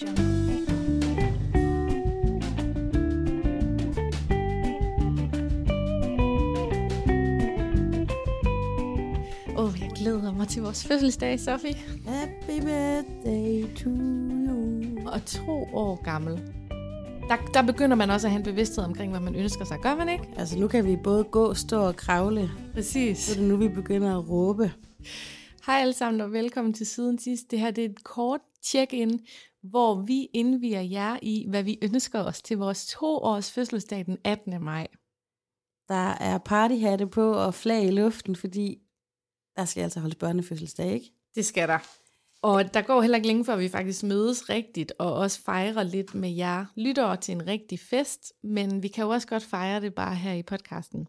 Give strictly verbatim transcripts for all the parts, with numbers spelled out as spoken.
Åh, oh, jeg glæder mig til vores fødselsdag, Sofie. Happy birthday to you. Og to år gammel. Der, der begynder man også at have en bevidsthed omkring, hvad man ønsker sig. Gør man ikke? Altså nu kan vi både gå, stå og kravle. Præcis. Så er det nu, vi begynder at råbe. Hej alle sammen og velkommen til Siden Sidst. Det her det er et kort check-in, hvor vi indvier jer i, hvad vi ønsker os til vores to års fødselsdag den attende maj. Der er partyhatte på og flag i luften, fordi der skal altså holdes børnefødselsdag, ikke? Det skal der. Og der går heller ikke længe før vi faktisk mødes rigtigt, og også fejrer lidt med jer lyttere til en rigtig fest, men vi kan jo også godt fejre det bare her i podcasten.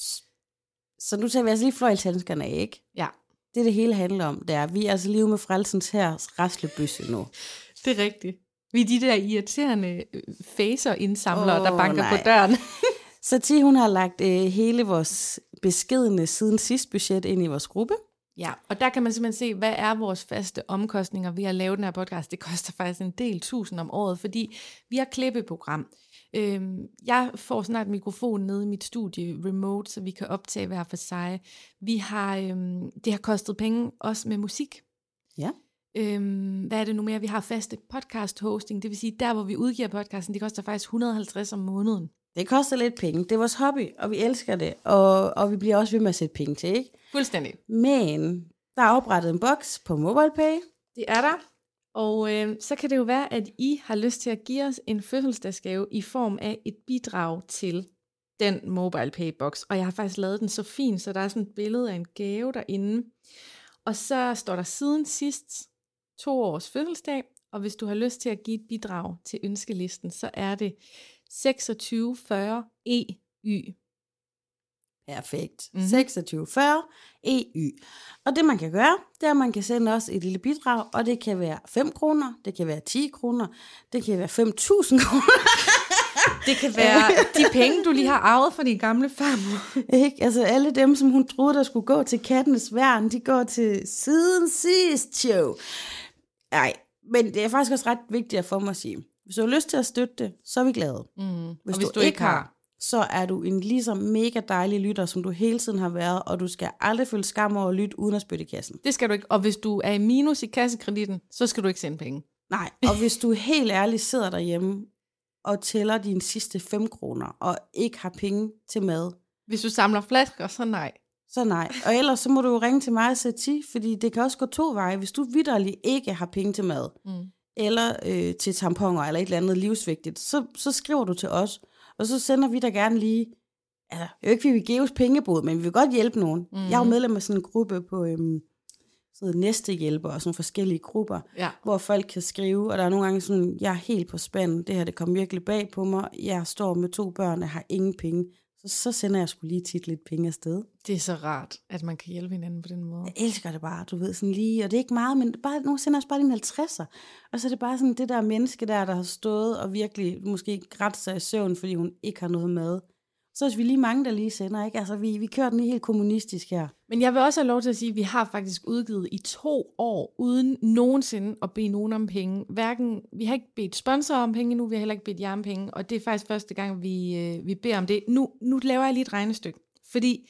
Så nu tager vi altså lige fløjlshandskerne af, ikke? Ja. Det det hele handler om, det er, vi er altså lige med frelsens her raslebøsse nu. Det er rigtigt. Vi er de der irriterende facer-indsamlere, oh, der banker nej. på døren. Så Ti, hun har lagt øh, hele vores beskedne siden sidst budget ind i vores gruppe. Ja, og der kan man simpelthen se, hvad er vores faste omkostninger ved at lave den her podcast. Det koster faktisk en del tusind om året, fordi vi har klippeprogram. Øhm, jeg får snart mikrofon nede i mit studie remote, så vi kan optage hver for sig. Vi har, øhm, det har kostet penge også med musik. Ja. Øhm, hvad er det nu mere? Vi har faste podcast hosting, det vil sige, der hvor vi udgiver podcasten, det koster faktisk et hundrede og halvtreds om måneden. Det koster lidt penge. Det er vores hobby, og vi elsker det. Og, og vi bliver også ved med at sætte penge til, ikke? Fuldstændig. Men der er oprettet en boks på MobilePay. Det er der. Og øh, så kan det jo være, at I har lyst til at give os en fødselsdagsgave i form af et bidrag til den MobilePay-boks. Og jeg har faktisk lavet den så fin, så der er sådan et billede af en gave derinde. Og så står der siden sidst to års fødselsdag. Og hvis du har lyst til at give et bidrag til ønskelisten, så er det seksogtyve fyrre E Y. Perfekt. Mm-hmm. seksogtyve fyrre E Y. Og det man kan gøre, det er, at man kan sende os et lille bidrag, og det kan være fem kroner, det kan være ti kroner, det kan være fem tusind kroner. Det kan være de penge, du lige har arvet fra de gamle farmor. Ikke? Altså alle dem, som hun troede, der skulle gå til kattenes værn, de går til siden sidst show. Nej, men det er faktisk også ret vigtigt at få mig at sige. Hvis du har lyst til at støtte det, så er vi glade. Mm. Hvis, og hvis du, du ikke ikke har, har, så er du en ligesom mega dejlig lytter, som du hele tiden har været, og du skal aldrig føle skam over at lytte uden at spytte i kassen. Det skal du ikke. Og hvis du er i minus i kassekreditten, så skal du ikke sende penge. Nej, og hvis du helt ærligt sidder derhjemme og tæller dine sidste fem kroner, og ikke har penge til mad. Hvis du samler flasker, så nej. Så nej. Og ellers så må du jo ringe til mig og sætte ti, fordi det kan også gå to veje. Hvis du vitterligt ikke har penge til mad, mm. eller øh, til tamponer, eller et eller andet livsvigtigt, så, så skriver du til os, og så sender vi dig gerne lige, altså, det er jo ikke, vi vil give os pengebod, men vi vil godt hjælpe nogen. Mm. Jeg er jo medlem af sådan en gruppe på øhm, sådan næstehjælper og sådan forskellige grupper, ja. hvor folk kan skrive, og der er nogle gange sådan, jeg er helt på spanden, det her det kom virkelig bag på mig, jeg står med to børn, jeg har ingen penge, så, så sender jeg sgu lige tit lidt penge afsted. Det er så rart, at man kan hjælpe hinanden på den måde. Jeg elsker det bare, du ved, sådan lige, og det er ikke meget, men bare, nogen sender også bare dine halvtredser, og så er det bare sådan det der menneske der, der har stået og virkelig måske grædt sig i søvn, fordi hun ikke har noget mad. Så er vi lige mange, der lige sender, ikke? Altså, vi, vi kører den lige helt kommunistisk her. Men jeg vil også have lov til at sige, at vi har faktisk udgivet i to år, uden nogensinde at bede nogen om penge. Hverken, vi har ikke bedt sponsorer om penge nu, vi har heller ikke bedt jer om penge, og det er faktisk første gang, vi, øh, vi beder om det. Nu, nu laver jeg lige et regnestykke, fordi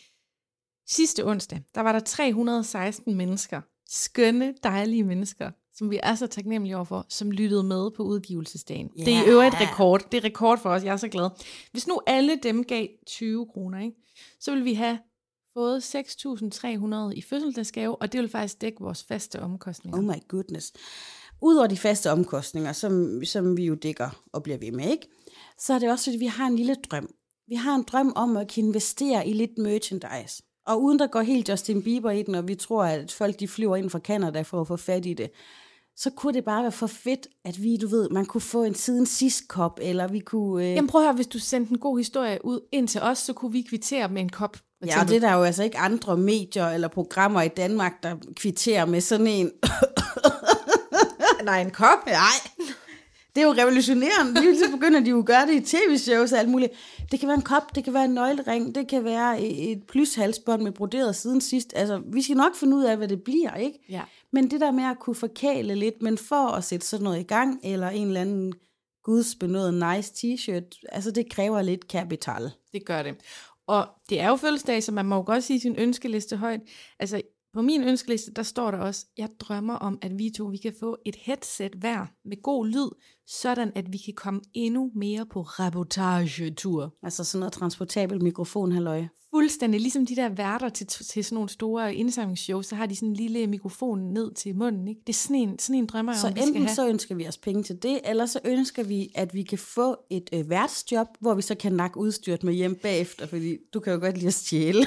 sidste onsdag, der var der tre hundrede og seksten mennesker, skønne, dejlige mennesker, som vi er så taknemmelige overfor, som lyttede med på udgivelsesdagen. Yeah. Det er i øvrigt rekord. Det er rekord for os. Jeg er så glad. Hvis nu alle dem gav tyve kroner, ikke, så vil vi have fået seks tusind tre hundrede i fødselsdagsgave, og det vil faktisk dække vores faste omkostninger. Oh my goodness. Udover de faste omkostninger, som, som vi jo dækker og bliver ved med, ikke, så er det også, at vi har en lille drøm. Vi har en drøm om at kunne investere i lidt merchandise. Og uden der går helt Justin Bieber i den, og vi tror, at folk de flyver ind fra Canada for at få fat i det, så kunne det bare være for fedt, at vi, du ved, man kunne få en siden sidst kop, eller vi kunne... Øh... Jamen prøv at høre, hvis du sendte en god historie ud ind til os, så kunne vi kvittere med en kop. Ja, og det er der jo altså ikke andre medier eller programmer i Danmark, der kvitterer med sådan en... Nej, en kop? Nej. Det er jo revolutionerende. Lige så begynder de jo at gøre det i tv-shows og alt muligt. Det kan være en kop, det kan være en nøglering, det kan være et plyshalsbånd med broderet siden sidst. Altså, vi skal nok finde ud af, hvad det bliver, ikke? Ja. Men det der med at kunne forkæle lidt, men for at sætte sådan noget i gang, eller en eller anden gudsbenået nice t-shirt, altså det kræver lidt kapital. Det gør det. Og det er jo fødselsdag, så man må jo godt sige sin ønskeliste højt. Altså, på min ønskeliste, der står der også, jeg drømmer om, at vi to vi kan få et headset hver med god lyd, sådan at vi kan komme endnu mere på reportagetur. Altså sådan noget transportabel mikrofon, halløj. Fuldstændig, ligesom de der værter til, til sådan nogle store indsamlingsshows, så har de sådan en lille mikrofon ned til munden, ikke? Det er sådan en, sådan en drømmer jeg så om, vi enten skal have. Så ønsker vi os penge til det, eller så ønsker vi, at vi kan få et øh, værtsjob, hvor vi så kan nakke udstyret med hjem bagefter, fordi du kan jo godt lide at stjæle.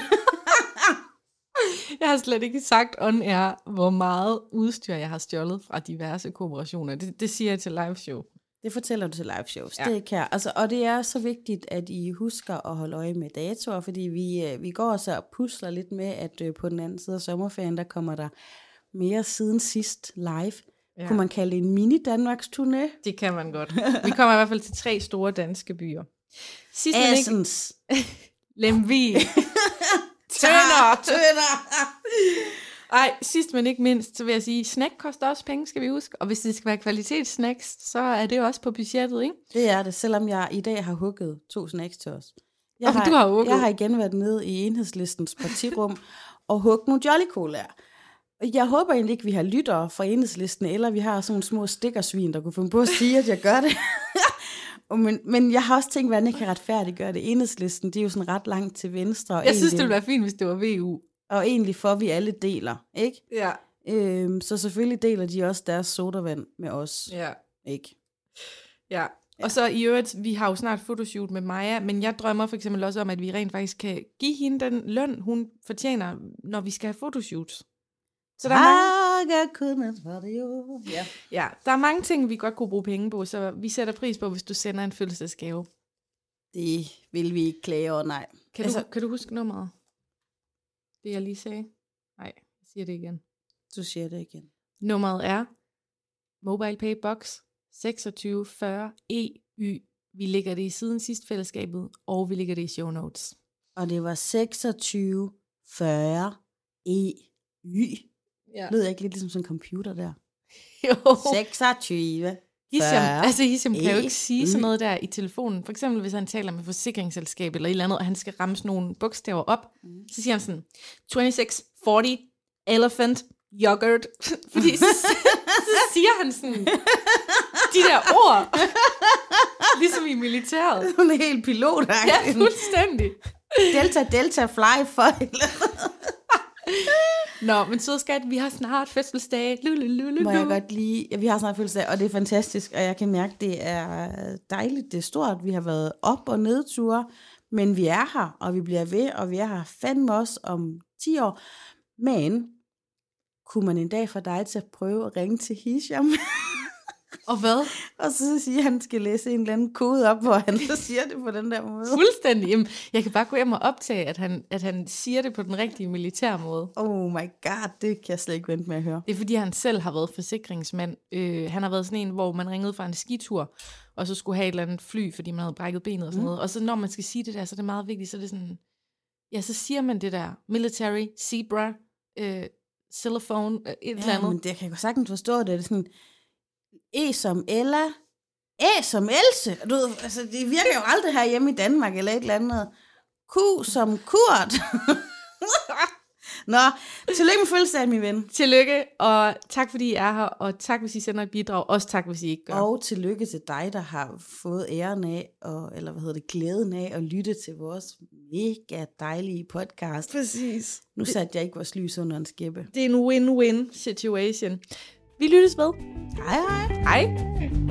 Jeg har slet ikke sagt on air, hvor meget udstyr jeg har stjålet fra diverse kooperationer. Det, det siger jeg til live show. Det fortæller du til live shows. Ja. Det kan. Altså, og det er så vigtigt, at I husker at holde øje med datoer, fordi vi, vi går så og pusler lidt med, at øh, på den anden side af sommerferien, der kommer der mere siden sidst live. Ja. Kunne man kalde det en mini-Danmarks turné? Det kan man godt. Vi kommer i hvert fald til tre store danske byer. Sidst men Assens. Ikke... Lemvig. Tønder. Tønder. Ej, sidst men ikke mindst, så vil jeg sige, snack koster også penge, skal vi huske. Og hvis det skal være kvalitetssnacks, så er det også på budgettet, ikke? Det er det, selvom jeg i dag har hugget to snacks til os. Jeg, oh, har, du har, hugget. jeg har igen været nede i Enhedslistens partirum og hugget nogle Jolly Colaer. Jeg håber egentlig ikke, vi har lyttere fra Enhedslisten, eller vi har sådan nogle små stikkersvin, der kunne finde på at sige, at jeg gør det. men, men jeg har også tænkt, hvordan jeg kan retfærdiggøre det. Enhedslisten, det er jo sådan ret langt til venstre. Jeg synes, det ville være fint, hvis det var V U. Og egentlig for, at vi alle deler, ikke? Ja. Øhm, så selvfølgelig deler de også deres sodavand med os. Ja. Ikke? Ja. Og så i øvrigt, vi har jo snart fotoshoot med Maja, men jeg drømmer for eksempel også om, at vi rent faktisk kan give hende den løn, hun fortjener, når vi skal have fotoshoots. Så der er mange... Ja. Ja, der er mange ting, vi godt kunne bruge penge på, så vi sætter pris på, hvis du sender en fødselsdagsgave. Det vil vi ikke klage over, nej. Kan, altså, du, kan du huske nummeret? Det jeg lige sagde? Nej, jeg siger det igen. Du siger det igen. Nummeret er MobilePay Box seksogtyve fyrre E Y. Vi lægger det i siden sidst fællesskabet, og vi lægger det i show notes. Og det var seksogtyve fyrre E Y. Ja. Lød jeg ikke lidt ligesom sådan en computer der? Jo. seksogtyve Hisham, altså Hisham kan jo ikke sige sådan noget der i telefonen. For eksempel hvis han taler med forsikringsselskab eller et eller andet, og han skal ramme sådan nogle bogstaver op, mm. så siger han sådan, seksogtyve fyrre elephant yoghurt. Fordi så, så siger han sådan, de der ord, ligesom i militæret. Sådan en helt pilot. Ja, fuldstændig. Delta, delta, fly, for Nå, men så skat, vi har snart fødselsdag. Lulululu. Må jeg godt lige, ja, vi har snart fødselsdag, og det er fantastisk, og jeg kan mærke, det er dejligt, det er stort. Vi har været op- og nedture, men vi er her, og vi bliver ved, og vi er her fandme også om ti år. Men kunne man en dag få dig til at prøve at ringe til Hisham? Og hvad? Og så siger han, skal læse en eller anden kode op, hvor han så siger det på den der måde. Fuldstændig. Jamen, jeg kan bare gå hjem og optage, at han, at han siger det på den rigtige militære måde. Oh my god, det kan jeg slet ikke vente med at høre. Det er fordi, han selv har været forsikringsmand. Øh, han har været sådan en, hvor man ringede fra en skitur, og så skulle have et eller andet fly, fordi man havde brækket benet og sådan mm. noget. Og så når man skal sige det der, så er det meget vigtigt, så er det sådan, ja, så siger man det der, military, zebra, øh, xylophone, øh, et ja, eller andet. Men det kan jeg sagtens forstå, det er sådan, E som Ella, A som Else. Du ved, altså, det virker jo aldrig her hjemme i Danmark, eller et eller andet. Q som Kurt. Nå, tillykke med fødselsdagen, min ven. Tillykke, og tak fordi I er her, og tak hvis I sender et bidrag, også tak hvis I ikke gør. Og tillykke til dig, der har fået æren af, og, eller hvad hedder det, glæden af at lytte til vores mega dejlige podcast. Præcis. Nu satte jeg ikke vores lys under en skæppe. Det er en win-win situation. Vi lyttes ved. Hej hej. Hej.